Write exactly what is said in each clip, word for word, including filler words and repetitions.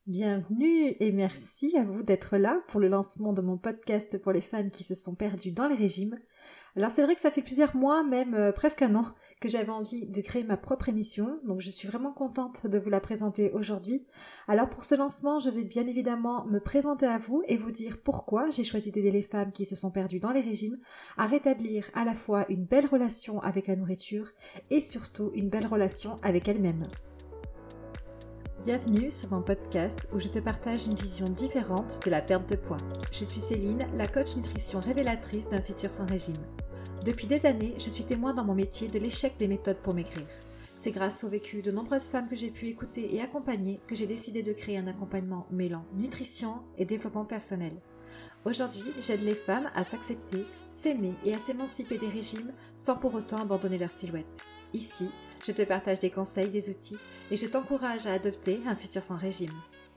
Bienvenue et merci à vous d'être là pour le lancement de mon podcast pour les femmes qui se sont perdues dans les régimes. Alors c'est vrai que ça fait plusieurs mois, même euh, presque un an, que j'avais envie de créer ma propre émission, donc je suis vraiment contente de vous la présenter aujourd'hui. Alors pour ce lancement, je vais bien évidemment me présenter à vous et vous dire pourquoi j'ai choisi d'aider les femmes qui se sont perdues dans les régimes à rétablir à la fois une belle relation avec la nourriture et surtout une belle relation avec elles-mêmes. Bienvenue sur mon podcast où je te partage une vision différente de la perte de poids. Je suis Céline, la coach nutrition révélatrice d'un futur sans régime. Depuis des années, je suis témoin dans mon métier de l'échec des méthodes pour maigrir. C'est grâce au vécu de nombreuses femmes que j'ai pu écouter et accompagner que j'ai décidé de créer un accompagnement mêlant nutrition et développement personnel. Aujourd'hui, j'aide les femmes à s'accepter, s'aimer et à s'émanciper des régimes sans pour autant abandonner leur silhouette. Ici, je te partage des conseils, des outils et je t'encourage à adopter un futur sans régime.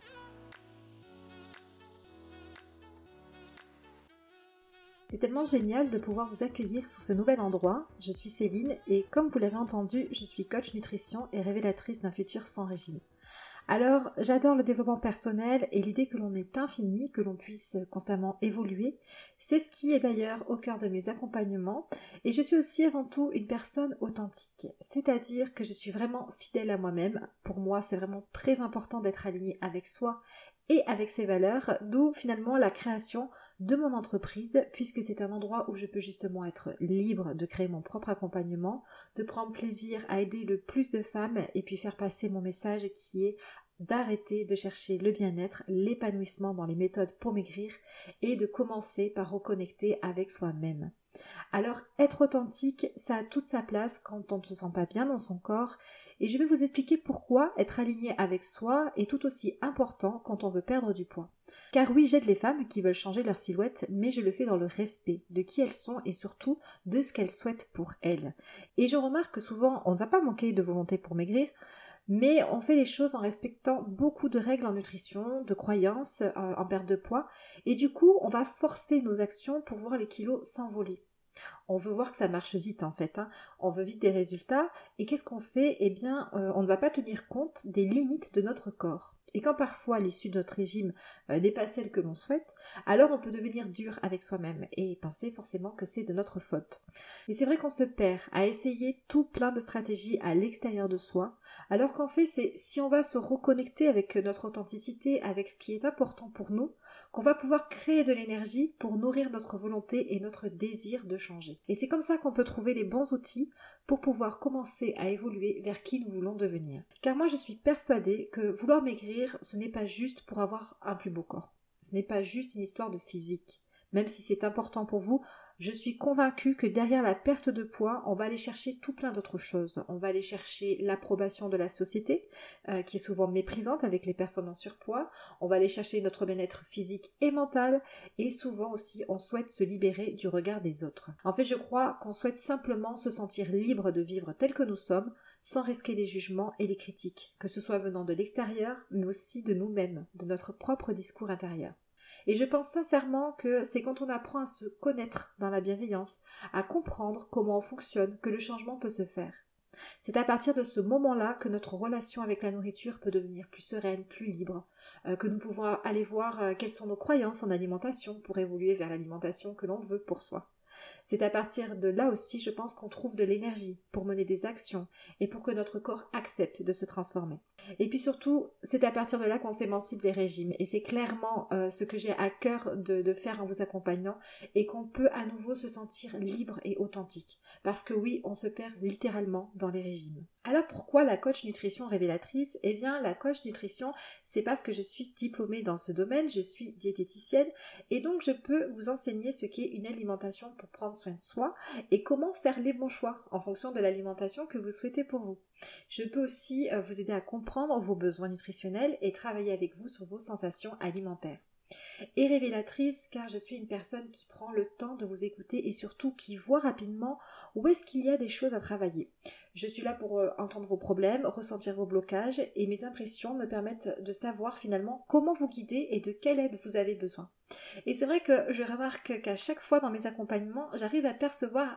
C'est tellement génial de pouvoir vous accueillir sur ce nouvel endroit. Je suis Céline et comme vous l'avez entendu, je suis coach nutrition et révélatrice d'un futur sans régime. Alors, j'adore le développement personnel et l'idée que l'on est infini, que l'on puisse constamment évoluer. C'est ce qui est d'ailleurs au cœur de mes accompagnements. Et je suis aussi avant tout une personne authentique. C'est-à-dire que je suis vraiment fidèle à moi-même. Pour moi, c'est vraiment très important d'être aligné avec soi et avec ses valeurs, d'où finalement la création de mon entreprise, puisque c'est un endroit où je peux justement être libre de créer mon propre accompagnement, de prendre plaisir à aider le plus de femmes et puis faire passer mon message qui est d'arrêter de chercher le bien-être, l'épanouissement dans les méthodes pour maigrir et de commencer par reconnecter avec soi-même. Alors, être authentique, ça a toute sa place quand on ne se sent pas bien dans son corps et je vais vous expliquer pourquoi être aligné avec soi est tout aussi important quand on veut perdre du poids. Car oui, j'aide les femmes qui veulent changer leur silhouette, mais je le fais dans le respect de qui elles sont et surtout de ce qu'elles souhaitent pour elles. Et je remarque que souvent, on ne va pas manquer de volonté pour maigrir, mais on fait les choses en respectant beaucoup de règles en nutrition, de croyances en perte de poids, et du coup, on va forcer nos actions pour voir les kilos s'envoler. On veut voir que ça marche vite en fait, hein. On veut vite des résultats et qu'est-ce qu'on fait? Eh bien, euh, on ne va pas tenir compte des limites de notre corps. Et quand parfois l'issue de notre régime euh, n'est pas celle que l'on souhaite, alors on peut devenir dur avec soi-même et penser forcément que c'est de notre faute. Et c'est vrai qu'on se perd à essayer tout plein de stratégies à l'extérieur de soi, alors qu'en fait c'est si on va se reconnecter avec notre authenticité, avec ce qui est important pour nous, qu'on va pouvoir créer de l'énergie pour nourrir notre volonté et notre désir de changer. Et c'est comme ça qu'on peut trouver les bons outils pour pouvoir commencer à évoluer vers qui nous voulons devenir. Car moi je suis persuadée que vouloir maigrir, ce n'est pas juste pour avoir un plus beau corps. Ce n'est pas juste une histoire de physique. Même si c'est important pour vous, je suis convaincue que derrière la perte de poids, on va aller chercher tout plein d'autres choses. On va aller chercher l'approbation de la société, euh, qui est souvent méprisante avec les personnes en surpoids. On va aller chercher notre bien-être physique et mental. Et souvent aussi, on souhaite se libérer du regard des autres. En fait, je crois qu'on souhaite simplement se sentir libre de vivre tel que nous sommes, sans risquer les jugements et les critiques, que ce soit venant de l'extérieur, mais aussi de nous-mêmes, de notre propre discours intérieur. Et je pense sincèrement que c'est quand on apprend à se connaître dans la bienveillance, à comprendre comment on fonctionne, que le changement peut se faire. C'est à partir de ce moment-là que notre relation avec la nourriture peut devenir plus sereine, plus libre, euh, que nous pouvons aller voir euh, quelles sont nos croyances en alimentation pour évoluer vers l'alimentation que l'on veut pour soi. C'est à partir de là aussi, je pense, qu'on trouve de l'énergie pour mener des actions et pour que notre corps accepte de se transformer. Et puis surtout, c'est à partir de là qu'on s'émancipe des régimes et c'est clairement euh, ce que j'ai à cœur de, de faire en vous accompagnant et qu'on peut à nouveau se sentir libre et authentique. Parce que oui, on se perd littéralement dans les régimes. Alors pourquoi la coach nutrition révélatrice? Eh bien, la coach nutrition, c'est parce que je suis diplômée dans ce domaine, je suis diététicienne et donc je peux vous enseigner ce qu'est une alimentation pour prendre soin de soi et comment faire les bons choix en fonction de l'alimentation que vous souhaitez pour vous. Je peux aussi vous aider à comprendre vos besoins nutritionnels et travailler avec vous sur vos sensations alimentaires. Et révélatrice car je suis une personne qui prend le temps de vous écouter et surtout qui voit rapidement où est-ce qu'il y a des choses à travailler. Je suis là pour euh, entendre vos problèmes, ressentir vos blocages et mes impressions me permettent de savoir finalement comment vous guider et de quelle aide vous avez besoin. Et c'est vrai que je remarque qu'à chaque fois dans mes accompagnements, j'arrive à percevoir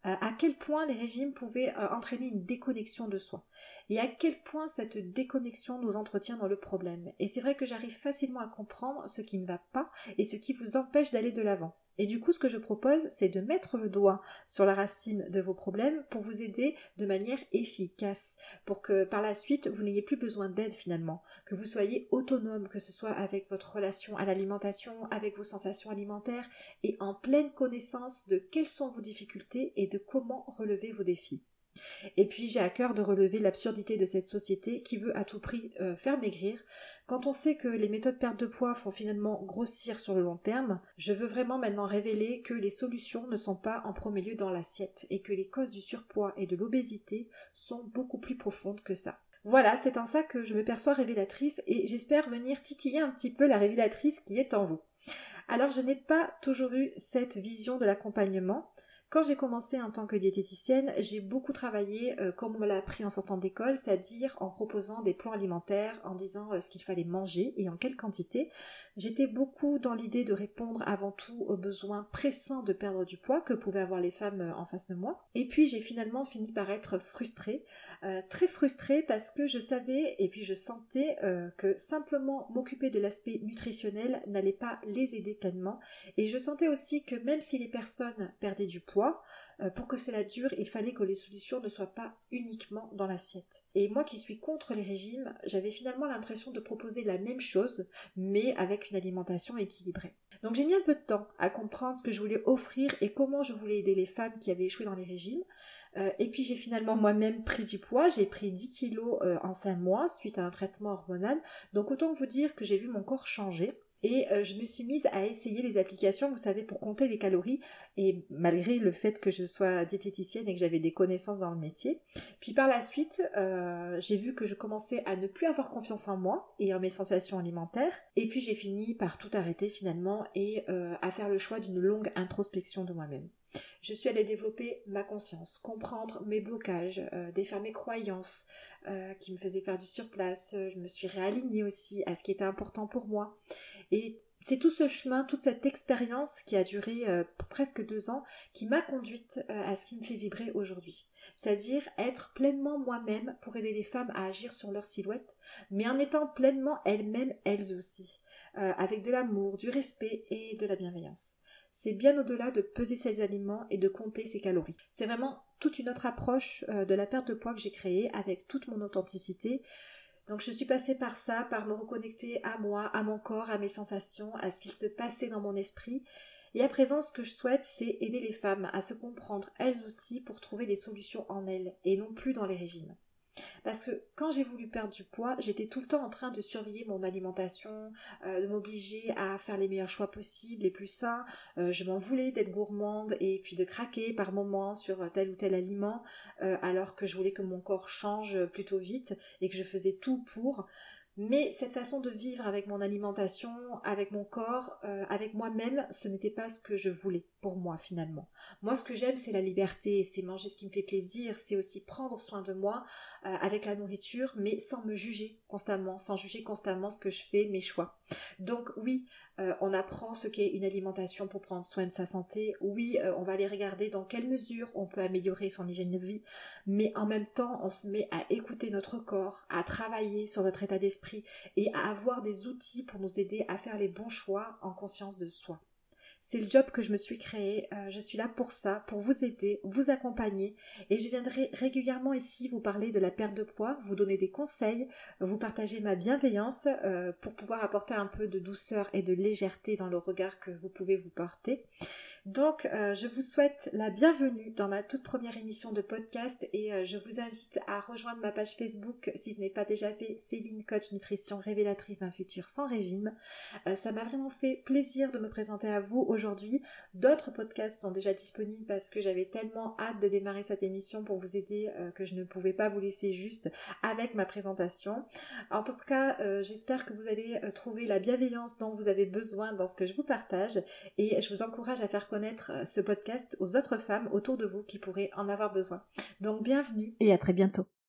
euh, à quel point les régimes pouvaient euh, entraîner une déconnexion de soi et à quel point cette déconnexion nous entretient dans le problème. Et c'est vrai que j'arrive facilement à comprendre ce qui ne va pas et ce qui vous empêche d'aller de l'avant. Et du coup, ce que je propose, c'est de mettre le doigt sur la racine de vos problèmes pour vous aider de manière efficace, pour que par la suite, vous n'ayez plus besoin d'aide finalement, que vous soyez autonome, que ce soit avec votre relation à l'alimentation, avec vos sensations alimentaires, et en pleine connaissance de quelles sont vos difficultés et de comment relever vos défis. Et puis j'ai à cœur de relever l'absurdité de cette société qui veut à tout prix euh, faire maigrir. Quand on sait que les méthodes perte de poids font finalement grossir sur le long terme, je veux vraiment maintenant révéler que les solutions ne sont pas en premier lieu dans l'assiette et que les causes du surpoids et de l'obésité sont beaucoup plus profondes que ça. Voilà, c'est en ça que je me perçois révélatrice et j'espère venir titiller un petit peu la révélatrice qui est en vous. Alors je n'ai pas toujours eu cette vision de l'accompagnement. Quand j'ai commencé en tant que diététicienne, j'ai beaucoup travaillé euh, comme on me l'a appris en sortant d'école, c'est-à-dire en proposant des plans alimentaires, en disant euh, ce qu'il fallait manger et en quelle quantité. J'étais beaucoup dans l'idée de répondre avant tout aux besoins pressants de perdre du poids que pouvaient avoir les femmes euh, en face de moi. Et puis j'ai finalement fini par être frustrée, euh, très frustrée parce que je savais et puis je sentais euh, que simplement m'occuper de l'aspect nutritionnel n'allait pas les aider pleinement. Et je sentais aussi que même si les personnes perdaient du poids, pour que cela dure, il fallait que les solutions ne soient pas uniquement dans l'assiette. Et moi qui suis contre les régimes, j'avais finalement l'impression de proposer la même chose, mais avec une alimentation équilibrée. Donc j'ai mis un peu de temps à comprendre ce que je voulais offrir et comment je voulais aider les femmes qui avaient échoué dans les régimes. Euh, et puis j'ai finalement moi-même pris du poids, j'ai pris dix kilos euh, en cinq mois suite à un traitement hormonal. Donc autant vous dire que j'ai vu mon corps changer. Et euh, je me suis mise à essayer les applications, vous savez, pour compter les calories, et malgré le fait que je sois diététicienne et que j'avais des connaissances dans le métier. Puis par la suite, euh, j'ai vu que je commençais à ne plus avoir confiance en moi et en mes sensations alimentaires. Et puis j'ai fini par tout arrêter finalement et euh, à faire le choix d'une longue introspection de moi-même. Je suis allée développer ma conscience, comprendre mes blocages, euh, défaire mes croyances euh, qui me faisaient faire du surplace. Je me suis réalignée aussi à ce qui était important pour moi. Et c'est tout ce chemin, toute cette expérience qui a duré euh, presque deux ans qui m'a conduite euh, à ce qui me fait vibrer aujourd'hui. C'est-à-dire être pleinement moi-même pour aider les femmes à agir sur leur silhouette, mais en étant pleinement elles-mêmes, elles aussi, euh, avec de l'amour, du respect et de la bienveillance. C'est bien au-delà de peser ses aliments et de compter ses calories. C'est vraiment toute une autre approche euh, de la perte de poids que j'ai créée avec toute mon authenticité. Donc je suis passée par ça, par me reconnecter à moi, à mon corps, à mes sensations, à ce qu'il se passait dans mon esprit. Et à présent, ce que je souhaite, c'est aider les femmes à se comprendre elles aussi pour trouver les solutions en elles et non plus dans les régimes. Parce que quand j'ai voulu perdre du poids, j'étais tout le temps en train de surveiller mon alimentation, euh, de m'obliger à faire les meilleurs choix possibles, les plus sains. Euh, je m'en voulais d'être gourmande et puis de craquer par moments sur tel ou tel aliment, euh, alors que je voulais que mon corps change plutôt vite et que je faisais tout pour. Mais cette façon de vivre avec mon alimentation, avec mon corps, euh, avec moi-même, ce n'était pas ce que je voulais pour moi finalement. Moi, ce que j'aime, c'est la liberté, c'est manger ce qui me fait plaisir, c'est aussi prendre soin de moi euh, avec la nourriture, mais sans me juger constamment, sans juger constamment ce que je fais, mes choix. Donc oui, euh, on apprend ce qu'est une alimentation pour prendre soin de sa santé. Oui, euh, on va aller regarder dans quelle mesure on peut améliorer son hygiène de vie, mais en même temps, on se met à écouter notre corps, à travailler sur notre état d'esprit et à avoir des outils pour nous aider à faire les bons choix en conscience de soi. C'est le job que je me suis créé, euh, je suis là pour ça, pour vous aider, vous accompagner et je viendrai régulièrement ici vous parler de la perte de poids, vous donner des conseils, vous partager ma bienveillance euh, pour pouvoir apporter un peu de douceur et de légèreté dans le regard que vous pouvez vous porter. Donc euh, je vous souhaite la bienvenue dans ma toute première émission de podcast et euh, je vous invite à rejoindre ma page Facebook si ce n'est pas déjà fait, Céline Coach Nutrition, révélatrice d'un futur sans régime. Euh, ça m'a vraiment fait plaisir de me présenter à vous aujourd'hui. D'autres podcasts sont déjà disponibles parce que j'avais tellement hâte de démarrer cette émission pour vous aider euh, que je ne pouvais pas vous laisser juste avec ma présentation. En tout cas, euh, j'espère que vous allez euh, trouver la bienveillance dont vous avez besoin dans ce que je vous partage et je vous encourage à faire connaître ce podcast aux autres femmes autour de vous qui pourraient en avoir besoin. Donc bienvenue et à très bientôt.